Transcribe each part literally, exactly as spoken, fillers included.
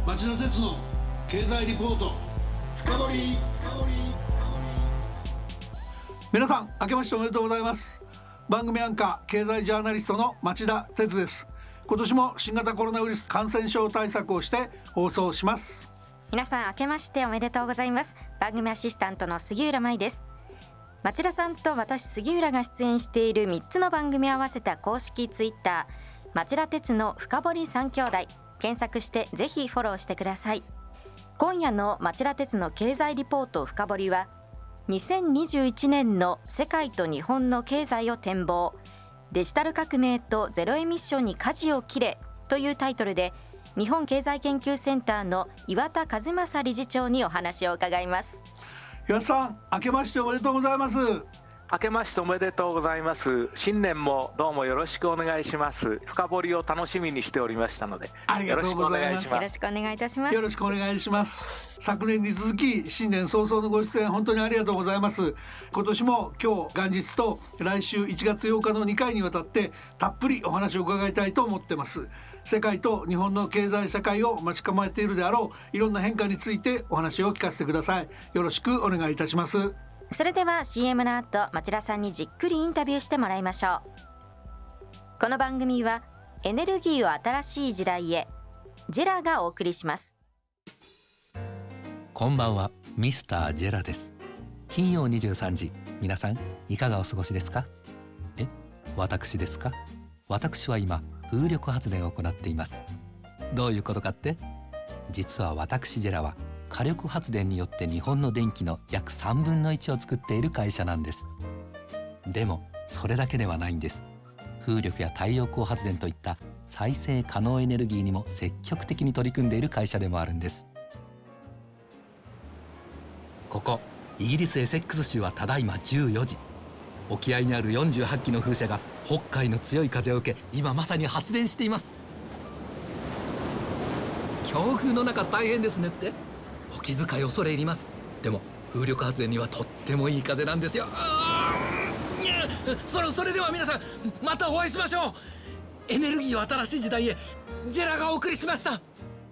町田鉄の経済リポート深掘り。皆さん明けましておめでとうございます。番組アンカー経済ジャーナリストの町田鉄です。今年も新型コロナウイルス感染症対策をして放送します。 皆さん明けましておめでとうございます。番組アシスタントの杉浦舞です。町田さんと私杉浦が出演しているみっつの番組を合わせた公式ツイッター町田鉄の深掘り三兄弟、検索してぜひフォローしてください。今夜の町田鉄の経済リポート深掘りは、にせんにじゅういちねんの世界と日本の経済を展望、デジタル革命とゼロエミッションに舵を切れというタイトルで、日本経済研究センターの岩田和正理事長にお話を伺います。 岩田さん、明けましておめでとうございます。 明けましておめでとうございます。新年もどうもよろしくお願いします。深掘りを楽しみにしておりましたので、 ありがとうございます。 よろしくお願いいたします。 よろしくお願いします。昨年に続き新年早々のご出演本当にありがとうございます。今年も今日元日と来週いちがつようかのにかいにわたってたっぷりお話を伺いたいと思ってます。世界と日本の経済社会を待ち構えているであろういろんな変化についてお話を聞かせてください。よろしくお願いいたします。 それでは シーエム の後、町田さんにじっくりインタビューしてもらいましょう。この番組はエネルギーを新しい時代へ、ジェラがお送りします。 こんばんは、ミスタージェラです。金曜にじゅうさんじ、皆さんいかがお過ごしですか？え、私ですか？私は今風力発電を行っています。どういうことかって？実は私ジェラは火力発電によって日本の電気の約さんぶんのいちを作っている会社なんです。でもそれだけではないんです。風力や太陽光発電といった再生可能エネルギーにも積極的に取り組んでいる会社でもあるんです。ここイギリスエセックス州はただいまじゅうよじ。沖合にあるよんじゅうはっきの風車が北海の強い風を受け、今まさに発電しています。強風の中大変ですねって？お気遣い恐れ入ります。でも風力発電にはとってもいい風なんですよ。それ、それでは皆さんまたお会いしましょう。エネルギーを新しい時代へ、ジェラがお送りしました。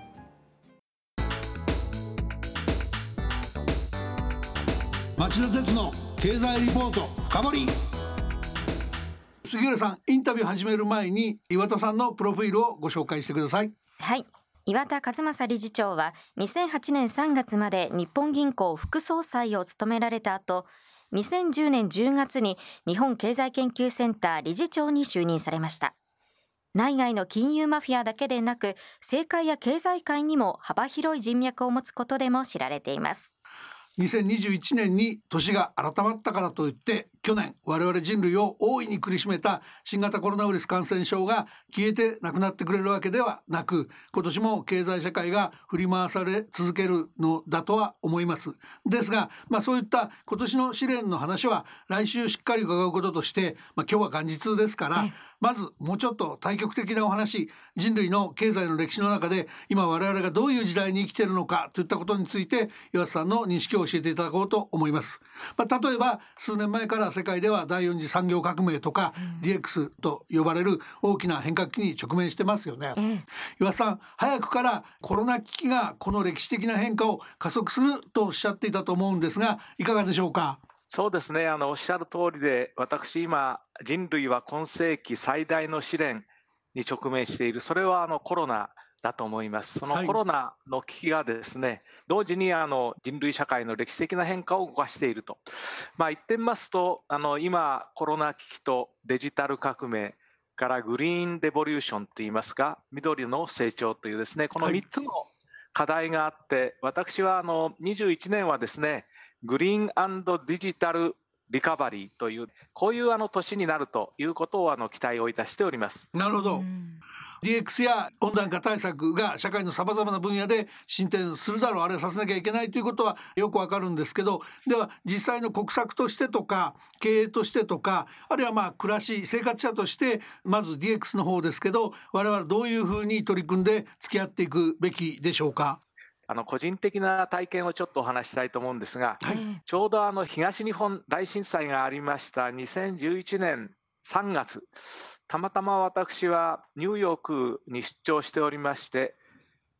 町田鉄の経済リポート深掘り。杉浦さん、インタビュー始める前に岩田さんのプロフィールをご紹介してください。 はい、岩田和正理事長はにせんはちねんさんがつまで日本銀行副総裁を務められた後、にせんじゅうねんじゅうがつに日本経済研究センター理事長に就任されました。内外の金融マフィアだけでなく、政界や経済界にも幅広い人脈を持つことでも知られています。 にせんにじゅういちねんに年が改まったからといって去年我々人類を大いに苦しめた新型コロナウイルス感染症が消えてなくなってくれるわけではなく、今年も経済社会が振り回され続けるのだとは思います。ですが、まあ、そういった今年の試練の話は来週しっかり伺うこととして、まあ、今日は元日ですから、まずもうちょっと対極的なお話、人類の経済の歴史の中で今我々がどういう時代に生きているのかといったことについて岩田さんの認識を教えていただこうと思います。まあ、例えば数年前から世界では第四次産業革命とか ディーエックス と呼ばれる大きな変革期に直面してますよね。うん、岩田さん、早くからコロナ危機がこの歴史的な変化を加速するとおっしゃっていたと思うんですが、いかがでしょうか？ そうですね、あのおっしゃる通りで、私今人類は今世紀最大の試練に直面している。それはあのコロナだと思います。そのコロナの危機がですね、はい、同時にあの人類社会の歴史的な変化を動かしていると、まあ、言ってみますと、あの今コロナ危機とデジタル革命からグリーンレボリューションといいますか、緑の成長というですね、このみっつの課題があって、はい、私はあのにじゅういちねんはですね、グリーン&デジタルリカバリーというこういうあの年になるということをあの期待をいたしております。 なるほど。ディーエックス や温暖化対策が社会のさまざまな分野で進展するだろう、あるいはさせなきゃいけないということはよくわかるんですけど、では実際の国策としてとか経営としてとか、あるいはまあ暮らし生活者としてまず ディーエックス の方ですけど、我々どういうふうに取り組んで付き合っていくべきでしょうか？ あの個人的な体験をちょっとお話したいと思うんですが、はい、ちょうどあの東日本大震災がありましたにせんじゅういちねんさんがつ、たまたま私はニューヨークに出張しておりまして、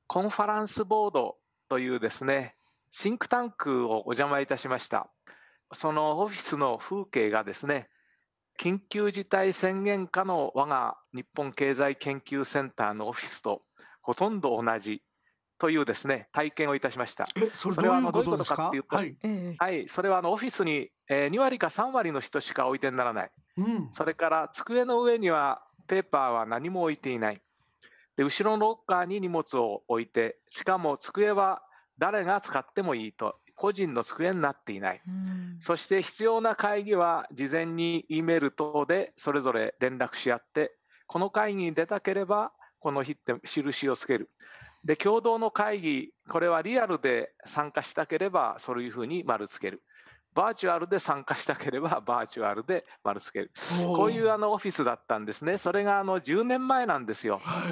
コンファランスボードというですね、シンクタンクをお邪魔いたしました。そのオフィスの風景がですね、緊急事態宣言下の我が日本経済研究センターのオフィスとほとんど同じというですね、体験をいたしました。 え、それどういうことですか？ それはどういうことかっていうと、はい、はい、それはあのオフィスに、えー、に割かさん割の人しか置いてにならない、うん、それから机の上にはペーパーは何も置いていない。で、後ろのロッカーに荷物を置いて、しかも机は誰が使ってもいいと、個人の机になっていない、うん、そして必要な会議は事前に E メール等でそれぞれ連絡し合って、この会議に出たければこの日って印をつける。で、共同の会議、これはリアルで参加したければそういうふうに丸つける。バーチュアルで参加したければバーチュアルで丸つける。こういうあのオフィスだったんですね。それがあのじゅうねんまえなんですよ。はい、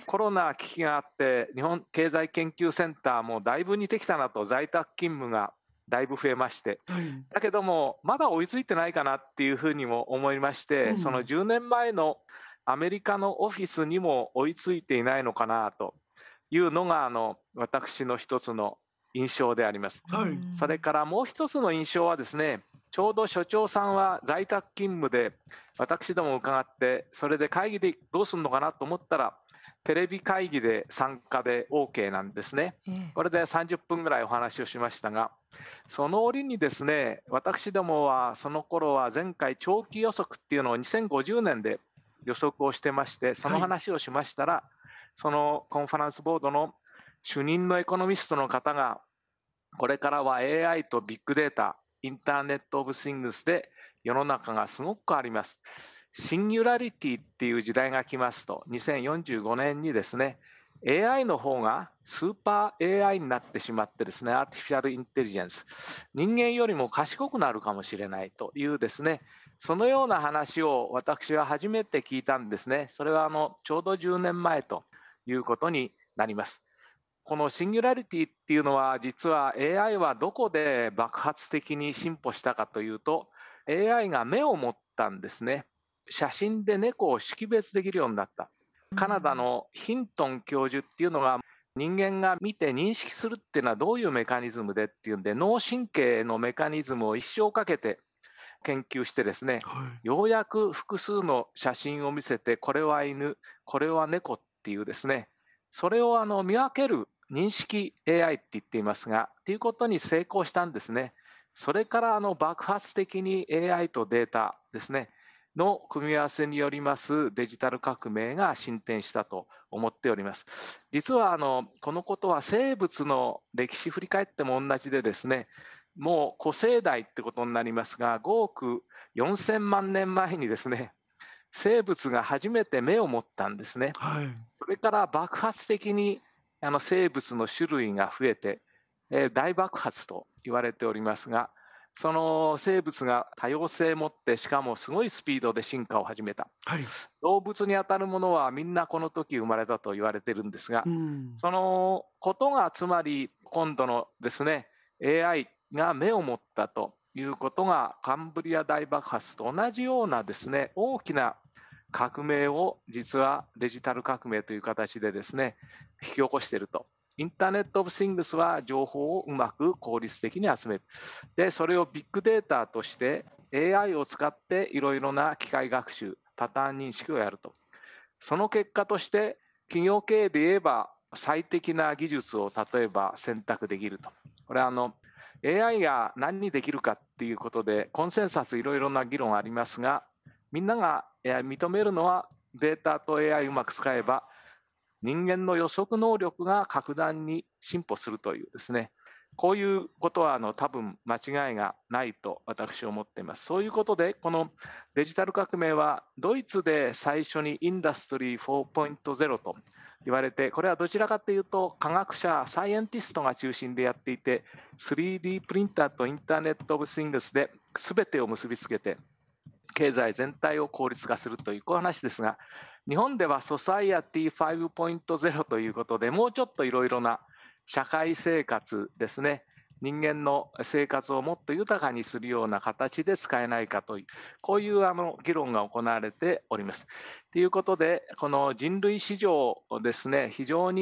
コロナ危機があって日本経済研究センターもだいぶ似てきたなと、在宅勤務がだいぶ増えまして、はい、だけどもまだ追いついてないかなっていうふうにも思いまして、うん、そのじゅうねんまえのアメリカのオフィスにも追いついていないのかなというのがあの私の一つの印象であります、はい、それからもう一つの印象はですね、ちょうど所長さんは在宅勤務で私ども伺って、それで会議でどうするのかなと思ったらテレビ会議で参加で OK なんですね。これでさんじゅっぷんぐらいお話をしましたが、その折にですね、私どもはその頃は前回長期予測っていうのをにせんごじゅうねんで予測をしてまして、その話をしましたら、はい、そのコンファレンスボードの主任のエコノミストの方が、これからは エーアイ とビッグデータ、インターネットオブシングスで世の中がすごく変わります。シンギュラリティっていう時代が来ますと、にせんよんじゅうごねんにですね、エーアイ の方がスーパー エーアイ になってしまってですね、アーティフィシャルインテリジェンス、人間よりも賢くなるかもしれないというですね、そのような話を私は初めて聞いたんですね。それはあのちょうどじゅうねんまえということになります。このシンギュラリティっていうのは、実は エーアイ はどこで爆発的に進歩したかというと、エーアイ が目を持ったんですね。写真で猫を識別できるようになった。カナダのヒントン教授っていうのが、人間が見て認識するっていうのはどういうメカニズムでっていうんで、脳神経のメカニズムを一生かけて研究してですね、はい、ようやく複数の写真を見せて、これは犬、これは猫っていうですね、それをあの見分ける認識 エーアイって言っていますが、っていうことに成功したんですね。それからあの爆発的に エーアイ とデータですねの組み合わせによりますデジタル革命が進展したと思っております。実はあのこのことは生物の歴史振り返っても同じでですね、もう古生代ってことになりますが、ごおくよんせんまんねんまえにですね、生物が初めて目を持ったんですね、はい、それから爆発的にあの生物の種類が増えて、えー、大爆発と言われておりますが、その生物が多様性を持って、しかもすごいスピードで進化を始めた、はい、動物にあたるものはみんなこの時生まれたと言われているんですが、うん、そのことがつまり今度のですね エーアイ が目を持ったということが、カンブリア大爆発と同じようなですね大きな革命を、実はデジタル革命という形でですね引き起こしていると。インターネットオブシングスは情報をうまく効率的に集める。で、それをビッグデータとして エーアイ を使っていろいろな機械学習、パターン認識をやると。その結果として企業経営で言えば最適な技術を例えば選択できると。これはあの エーアイ が何にできるかっていうことでコンセンサスいろいろな議論ありますが、みんなが認めるのはデータと エーアイ うまく使えば人間の予測能力が格段に進歩するというですね、こういうことはあの多分間違いがないと私は思っています。そういうことでこのデジタル革命はドイツで最初にインダストリー フォーポイントゼロ と言われて、これはどちらかというと科学者サイエンティストが中心でやっていて、 スリーディー プリンターとインターネットオブシングスで全てを結びつけて経済全体を効率化するという、こういう話ですが、日本ではソサイエティ ファイブポイントゼロ ということで、もうちょっといろいろな社会生活ですね、人間の生活をもっと豊かにするような形で使えないかという、こういうあの議論が行われております。ということで、この人類史上ですね、非常に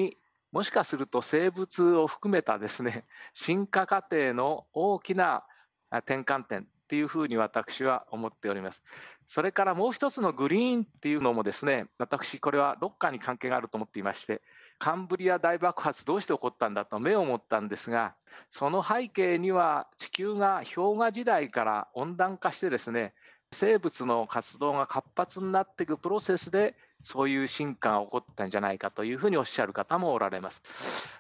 もしかすると生物を含めたですね、進化過程の大きな転換点っていうふうに私は思っております。それからもう一つのグリーンっていうのもですね、私これはどっかに関係があると思っていまして、カンブリア大爆発どうして起こったんだと目を持ったんですが、その背景には地球が氷河時代から温暖化してですね、生物の活動が活発になっていくプロセスでそういう進化が起こったんじゃないかというふうにおっしゃる方もおられます。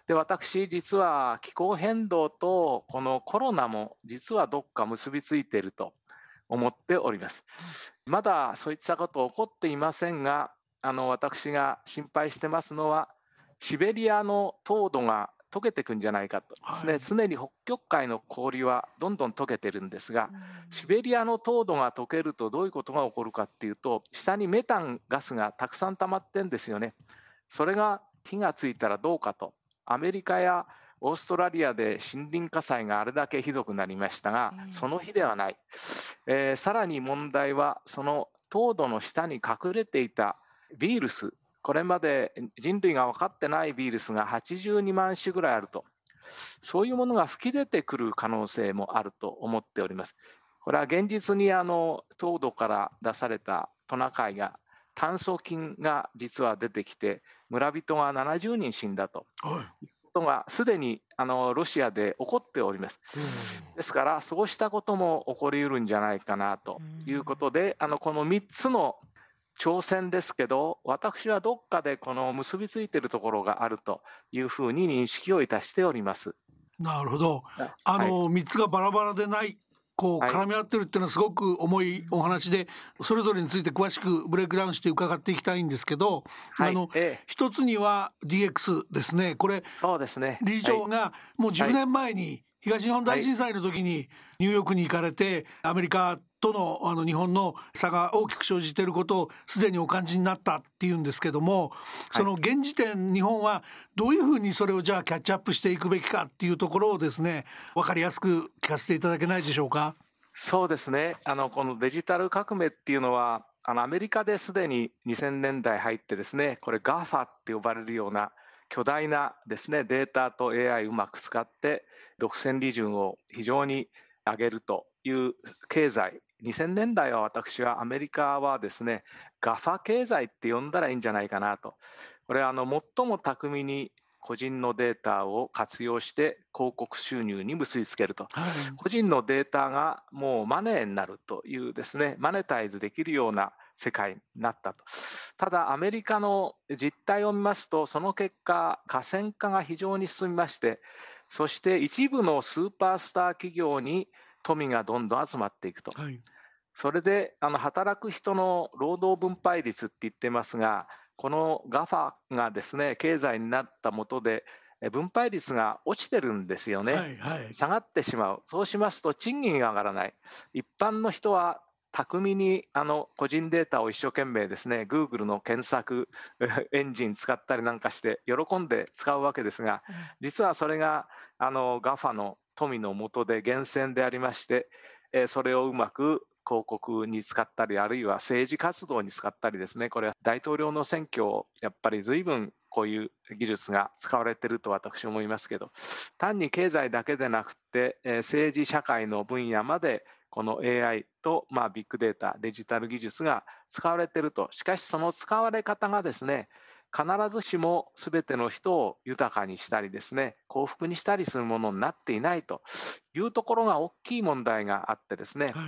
で、私実は気候変動とこのコロナも実はどっか結びついていると思っております。まだそういったこと起こっていませんが、あの私が心配してますのはシベリアの凍土が溶けていくんじゃないかとですね、はい、常に北極海の氷はどんどん溶けてるんですが、シベリアの凍土が溶けるとどういうことが起こるかっていうと、下にメタンガスがたくさん溜まってんですよね。それが火がついたらどうかと。アメリカやオーストラリアで森林火災があれだけひどくなりましたが、その日ではない、えー、さらに問題はその凍土の下に隠れていたウイルス、これまで人類が分かってないウイルスがはちじゅうにまんしゅぐらいあると、そういうものが吹き出てくる可能性もあると思っております。これは現実にあの凍土から出されたトナカイが炭疽菌が実は出てきて村人がななじゅうにん死んだということがすでにあのロシアで起こっております。ですからそうしたことも起こりうるんじゃないかなということで、あのこのみっつの挑戦ですけど、私はどっかでこの結びついているところがあるというふうに認識をいたしております。 なるほど。あの、はい、みっつがバラバラでないこう絡み合ってるっていうのはすごく重いお話で、それぞれについて詳しくブレイクダウンして伺っていきたいんですけど、はい、あの、ええ、一つには ディーエックス ですね。これそうですね、 理事長がもうじゅうねんまえに東日本大震災の時にニューヨークに行かれて、アメリカとのあの日本の差が大きく生じていることをすでにお感じになったっていうんですけども、その現時点日本はどういうふうにそれをじゃあキャッチアップしていくべきかっていうところをですね、分かりやすく聞かせていただけないでしょうか。 そうですね、あのこのデジタル革命っていうのはあのアメリカですでににせんねんだい入ってですね、これ ガーファ って呼ばれるような巨大なですねデータと エーアイ をうまく使って独占利潤を非常に上げるという経済、にせんねんだいは私はアメリカはですね ガファ 経済って呼んだらいいんじゃないかなと。これはあの最も巧みに個人のデータを活用して広告収入に結びつけると、はい、個人のデータがもうマネーになるというですね、マネタイズできるような世界になったと。ただアメリカの実態を見ますと、その結果河川化が非常に進みまして、そして一部のスーパースター企業に富がどんどん集まっていくと、はい、それであの働く人の労働分配率って言ってますが、この ガファ がですね経済になったもとで分配率が落ちてるんですよね、はいはい、下がってしまう。そうしますと賃金が上がらない。一般の人は巧みにあの個人データを一生懸命ですね Google の検索エンジン使ったりなんかして喜んで使うわけですが、実はそれがあの ガファ の富の元で源泉でありまして、それをうまく広告に使ったり、あるいは政治活動に使ったりですね、これは大統領の選挙をやっぱり随分こういう技術が使われていると私は思いますけど、単に経済だけでなくて政治社会の分野までこの エーアイ とまあビッグデータ、デジタル技術が使われていると。しかしその使われ方がですね必ずしも全ての人を豊かにしたりですね幸福にしたりするものになっていないというところが大きい問題があってですね、はい、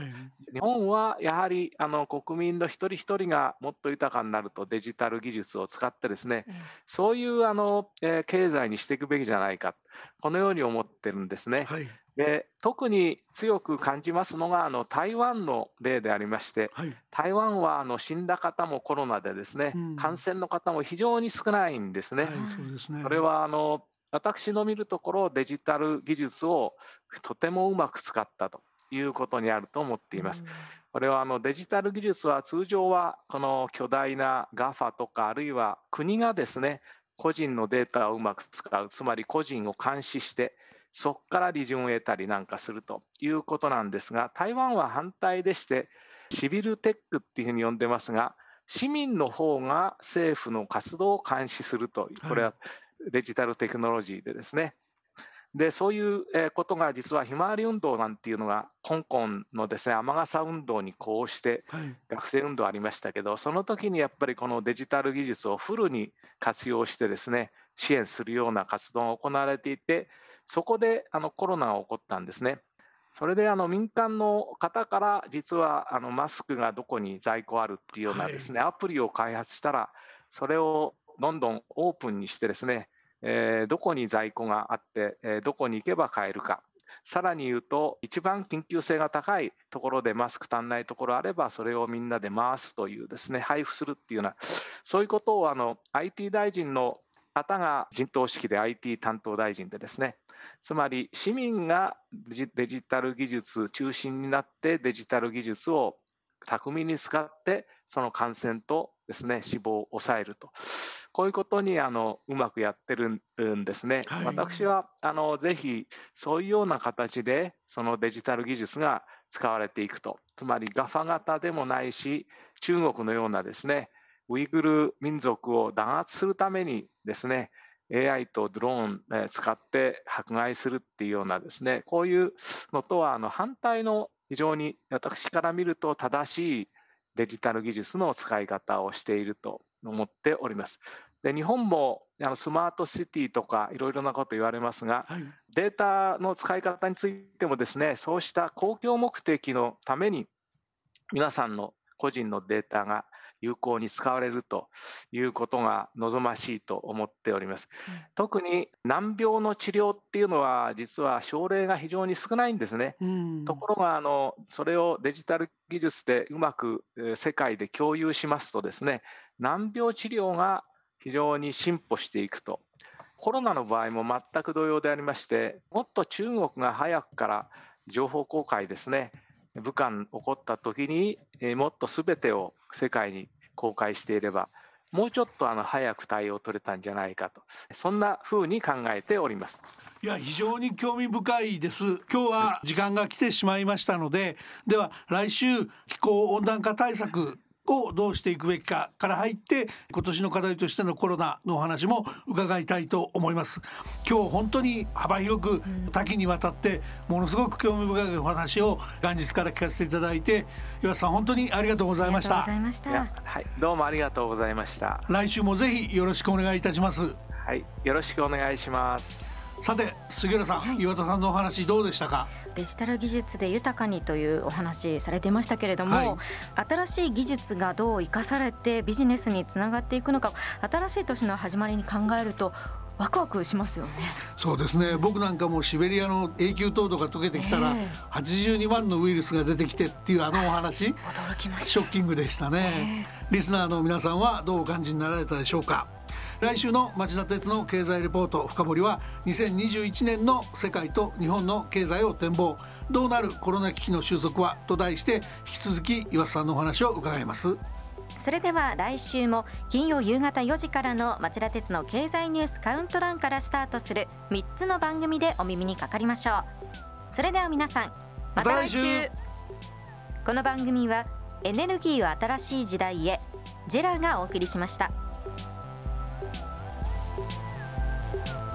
日本はやはりあの国民の一人一人がもっと豊かになるとデジタル技術を使ってですね、うん、そういうあの、えー、経済にしていくべきじゃないか、このように思ってるんですね、はい。で特に強く感じますのがあの台湾の例でありまして、はい、台湾はあの死んだ方もコロナでですね、うん、感染の方も非常に少ないんですね、はい、そうですね。それはあの私の見るところデジタル技術をとてもうまく使ったということにあると思っています、うん、これはあのデジタル技術は通常はこの巨大な ガファ とかあるいは国がですね個人のデータをうまく使う、つまり個人を監視してそこから利潤を得たりなんかするということなんですが、台湾は反対でしてシビルテックっていうふうに呼んでますが、市民の方が政府の活動を監視するという、これはデジタルテクノロジーでですね、でそういうことが実はひまわり運動なんていうのが香港のですね雨傘運動にこうして学生運動ありましたけど、はい、その時にやっぱりこのデジタル技術をフルに活用してですね支援するような活動が行われていて、そこであのコロナが起こったんですね。それであの民間の方から実はあのマスクがどこに在庫あるっていうようなですね、はい、アプリを開発したらそれをどんどんオープンにしてですね、えー、どこに在庫があって、えー、どこに行けば買えるか、さらに言うと一番緊急性が高いところでマスク足んないところあればそれをみんなで回すというですね配布するっていうような、そういうことをあの アイティー 大臣の方が陣頭指揮で アイティー 担当大臣でですね、つまり市民がデジタル技術中心になってデジタル技術を巧みに使ってその感染とですね死亡を抑えると、こういうことにあのうまくやってるんですね、はい、私はあのぜひそういうような形でそのデジタル技術が使われていくと、つまりガファ型でもないし中国のようなですねウイグル民族を弾圧するためにですね エーアイ とドローンを使って迫害するっていうようなですねこういうのとはあの反対の非常に私から見ると正しいデジタル技術の使い方をしていると思っております。で日本もあのスマートシティとかいろいろなこと言われますが、はい、データの使い方についてもですねそうした公共目的のために皆さんの個人のデータが有効に使われるということが望ましいと思っております、うん、特に難病の治療っていうのは実は症例が非常に少ないんですね、うん、ところがあのそれをデジタル技術でうまく世界で共有しますとですね難病治療が非常に進歩していくと。コロナの場合も全く同様でありまして、もっと中国が早くから情報公開ですね武漢起こった時にもっと全てを世界に公開していればもうちょっとあの早く対応を取れたんじゃないかと、そんな風に考えております。 いや非常に興味深いです。今日は時間が来てしまいましたので、では来週気候温暖化対策をどうしていくべきかから入って今年の課題としてのコロナのお話も伺いたいと思います。今日本当に幅広く多岐にわたってものすごく興味深いお話を元日から聞かせていただいて、岩瀬さん本当にありがとうございました。 ありがとうございました。 はい、どうもありがとうございました。 来週もぜひよろしくお願いいたします。 はい、よろしくお願いします。 さて杉浦さん、はい、岩田さんのお話どうでしたか？ デジタル技術で豊かにというお話されてましたけれども、はい、新しい技術がどう生かされてビジネスにつながっていくのか、新しい年の始まりに考えるとワクワクしますよね。 そうですね。僕なんかもシベリアの永久凍土が溶けてきたら、えー、はちじゅうにまんのウイルスが出てきてっていうあのお話驚きました。 ショッキングでしたね、えー、リスナーの皆さんはどうお感じになられたでしょうか？来週の町田鉄の経済レポート深掘りはにせんにじゅういちねんの世界と日本の経済を展望、どうなるコロナ危機の収束はと題して引き続き岩瀬さんのお話を伺います。 それでは来週も金曜夕方よじからの町田鉄の経済ニュースカウントダウンからスタートするみっつの番組でお耳にかかりましょう。それでは皆さんまた来週。また来週。この番組はエネルギーを新しい時代へジェラがお送りしました。